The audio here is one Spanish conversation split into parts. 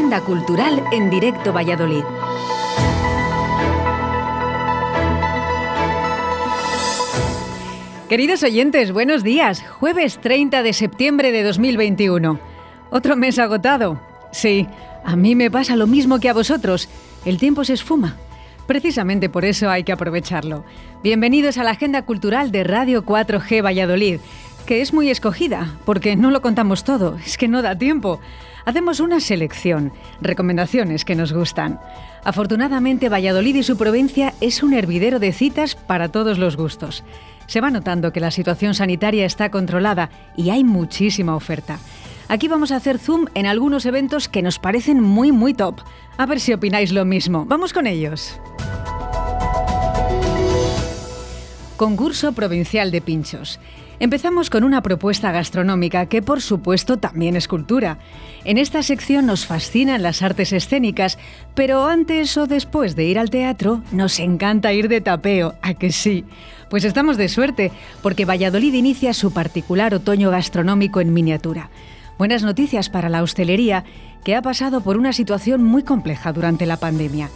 Agenda Cultural en Directo Valladolid. Queridos oyentes, buenos días. Jueves 30 de septiembre de 2021. ¿Otro mes agotado? Sí, a mí me pasa lo mismo que a vosotros. El tiempo se esfuma. Precisamente por eso hay que aprovecharlo. Bienvenidos a la Agenda Cultural de Radio 4G Valladolid, que es muy escogida, porque no lo contamos todo, es que no da tiempo. Hacemos una selección, recomendaciones que nos gustan. Afortunadamente, Valladolid y su provincia es un hervidero de citas para todos los gustos. Se va notando que la situación sanitaria está controlada y hay muchísima oferta. Aquí vamos a hacer zoom en algunos eventos que nos parecen muy top. A ver si opináis lo mismo. ¡Vamos con ellos! Concurso Provincial de Pinchos. Empezamos con una propuesta gastronómica que, por supuesto, también es cultura. En esta sección nos fascinan las artes escénicas, pero antes o después de ir al teatro, nos encanta ir de tapeo, ¿a que sí? Pues estamos de suerte, porque Valladolid inicia su particular otoño gastronómico en miniatura. Buenas noticias para la hostelería, que ha pasado por una situación muy compleja durante la pandemia.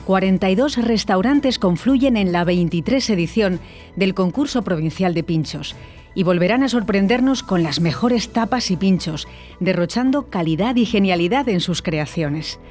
42 restaurantes confluyen en la 23 edición del Concurso Provincial de Pinchos y volverán a sorprendernos con las mejores tapas y pinchos, derrochando calidad y genialidad en sus creaciones.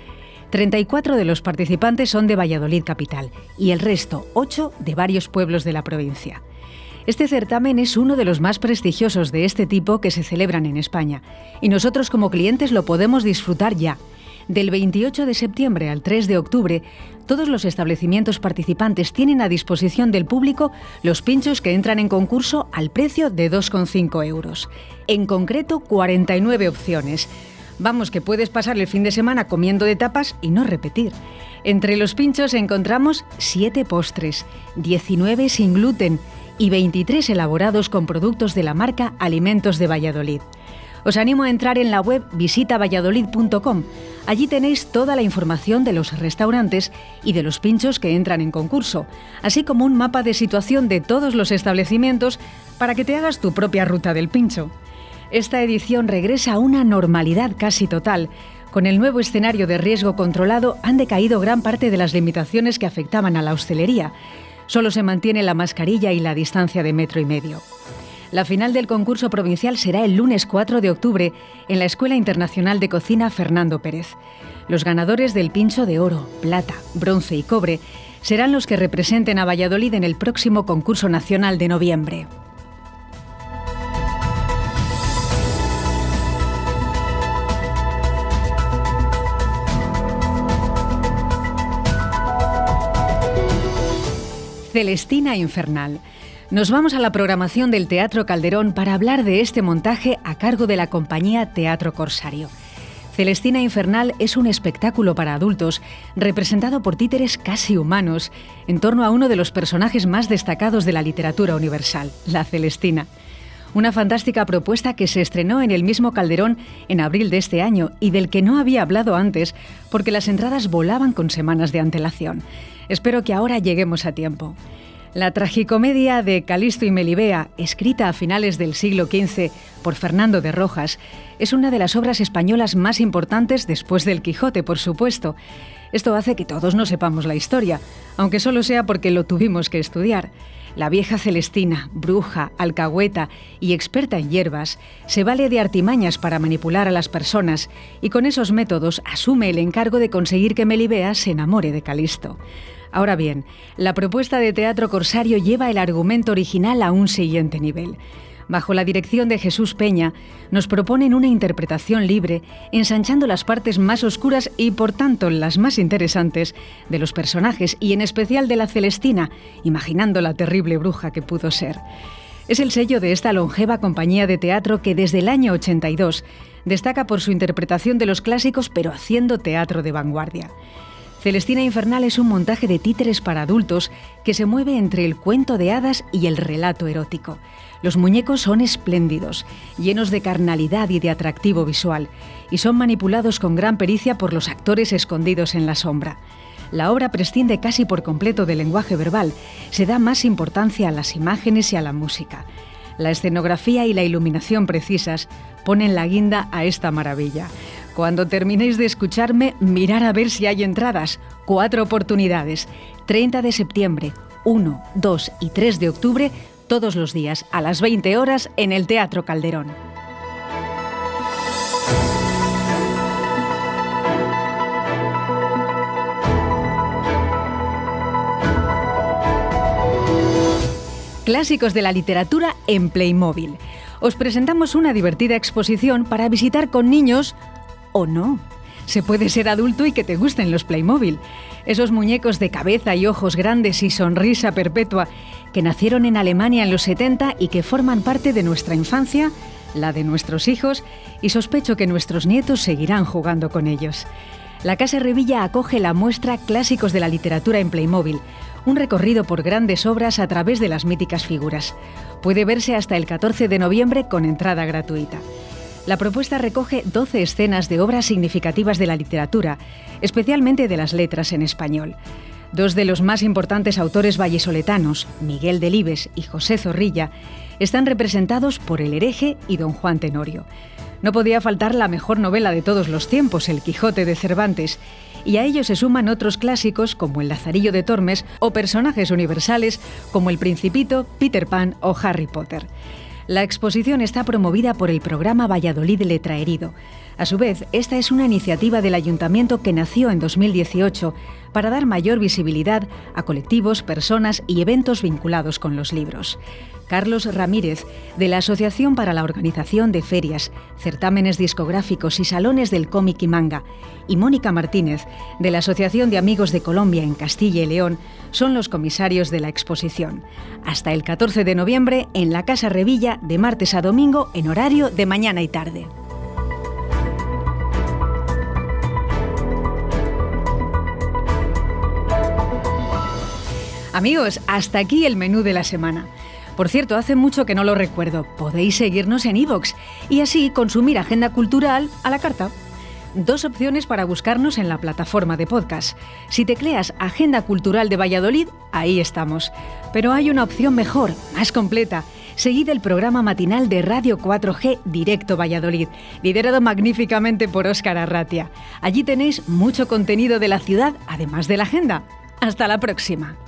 34 de los participantes son de Valladolid capital y el resto, 8 de varios pueblos de la provincia. Este certamen es uno de los más prestigiosos de este tipo que se celebran en España y nosotros como clientes lo podemos disfrutar ya. Del 28 de septiembre al 3 de octubre, todos los establecimientos participantes tienen a disposición del público los pinchos que entran en concurso al precio de 2,5 euros. En concreto, 49 opciones. Vamos, que puedes pasar el fin de semana comiendo de tapas y no repetir. Entre los pinchos encontramos 7 postres, 19 sin gluten y 23 elaborados con productos de la marca Alimentos de Valladolid. Os animo a entrar en la web visitavalladolid.com. Allí tenéis toda la información de los restaurantes y de los pinchos que entran en concurso, así como un mapa de situación de todos los establecimientos para que te hagas tu propia ruta del pincho. Esta edición regresa a una normalidad casi total. Con el nuevo escenario de riesgo controlado han decaído gran parte de las limitaciones que afectaban a la hostelería. Solo se mantiene la mascarilla y la distancia de 1,5 metros. La final del concurso provincial será el lunes 4 de octubre en la Escuela Internacional de Cocina Fernando Pérez. Los ganadores del pincho de oro, plata, bronce y cobre serán los que representen a Valladolid en el próximo concurso nacional de noviembre. Celestina Infernal. Nos vamos a la programación del Teatro Calderón para hablar de este montaje a cargo de la compañía Teatro Corsario. Celestina Infernal es un espectáculo para adultos representado por títeres casi humanos en torno a uno de los personajes más destacados de la literatura universal, la Celestina. Una fantástica propuesta que se estrenó en el mismo Calderón en abril de este año y del que no había hablado antes porque las entradas volaban con semanas de antelación. Espero que ahora lleguemos a tiempo. La tragicomedia de Calisto y Melibea, escrita a finales del siglo XV por Fernando de Rojas, es una de las obras españolas más importantes después del Quijote, por supuesto. Esto hace que todos no sepamos la historia, aunque solo sea porque lo tuvimos que estudiar. La vieja Celestina, bruja, alcahueta y experta en hierbas, se vale de artimañas para manipular a las personas y con esos métodos asume el encargo de conseguir que Melibea se enamore de Calisto. Ahora bien, la propuesta de Teatro Corsario lleva el argumento original a un siguiente nivel. Bajo la dirección de Jesús Peña, nos proponen una interpretación libre, ensanchando las partes más oscuras y, por tanto, las más interesantes de los personajes y en especial de la Celestina, imaginando la terrible bruja que pudo ser. Es el sello de esta longeva compañía de teatro que desde el año 82 destaca por su interpretación de los clásicos pero haciendo teatro de vanguardia. Celestina Infernal es un montaje de títeres para adultos que se mueve entre el cuento de hadas y el relato erótico. Los muñecos son espléndidos, llenos de carnalidad y de atractivo visual, y son manipulados con gran pericia por los actores escondidos en la sombra. La obra prescinde casi por completo del lenguaje verbal, se da más importancia a las imágenes y a la música. La escenografía y la iluminación precisas ponen la guinda a esta maravilla. Cuando terminéis de escucharme, mirar a ver si hay entradas. 4 oportunidades. 30 de septiembre, 1, 2 y 3 de octubre, todos los días a las 20 horas en el Teatro Calderón. Clásicos de la literatura en Playmobil. Os presentamos una divertida exposición para visitar con niños o no. Se puede ser adulto y que te gusten los Playmobil. Esos muñecos de cabeza y ojos grandes y sonrisa perpetua que nacieron en Alemania en los 70 y que forman parte de nuestra infancia, la de nuestros hijos, y sospecho que nuestros nietos seguirán jugando con ellos. La Casa Revilla acoge la muestra Clásicos de la literatura en Playmobil, un recorrido por grandes obras a través de las míticas figuras. Puede verse hasta el 14 de noviembre con entrada gratuita. La propuesta recoge 12 escenas de obras significativas de la literatura, especialmente de las letras en español. 2 de los más importantes autores vallisoletanos, Miguel Delibes y José Zorrilla, están representados por El hereje y Don Juan Tenorio. No podía faltar la mejor novela de todos los tiempos, El Quijote de Cervantes, y a ello se suman otros clásicos como El Lazarillo de Tormes o personajes universales como El Principito, Peter Pan o Harry Potter. La exposición está promovida por el programa Valladolid Letraherido. A su vez, esta es una iniciativa del Ayuntamiento que nació en 2018 para dar mayor visibilidad a colectivos, personas y eventos vinculados con los libros. Carlos Ramírez, de la Asociación para la Organización de Ferias, Certámenes Discográficos y Salones del Cómic y Manga, y Mónica Martínez, de la Asociación de Amigos de Colombia en Castilla y León, son los comisarios de la exposición. Hasta el 14 de noviembre en la Casa Revilla, de martes a domingo, en horario de mañana y tarde. Amigos, hasta aquí el menú de la semana. Por cierto, hace mucho que no lo recuerdo. Podéis seguirnos en iVoox y así consumir agenda cultural a la carta. 2 opciones para buscarnos en la plataforma de podcast. Si tecleas Agenda Cultural de Valladolid, ahí estamos. Pero hay una opción mejor, más completa. Seguid el programa matinal de Radio 4G Directo Valladolid, liderado magníficamente por Óscar Arratia. Allí tenéis mucho contenido de la ciudad, además de la agenda. Hasta la próxima.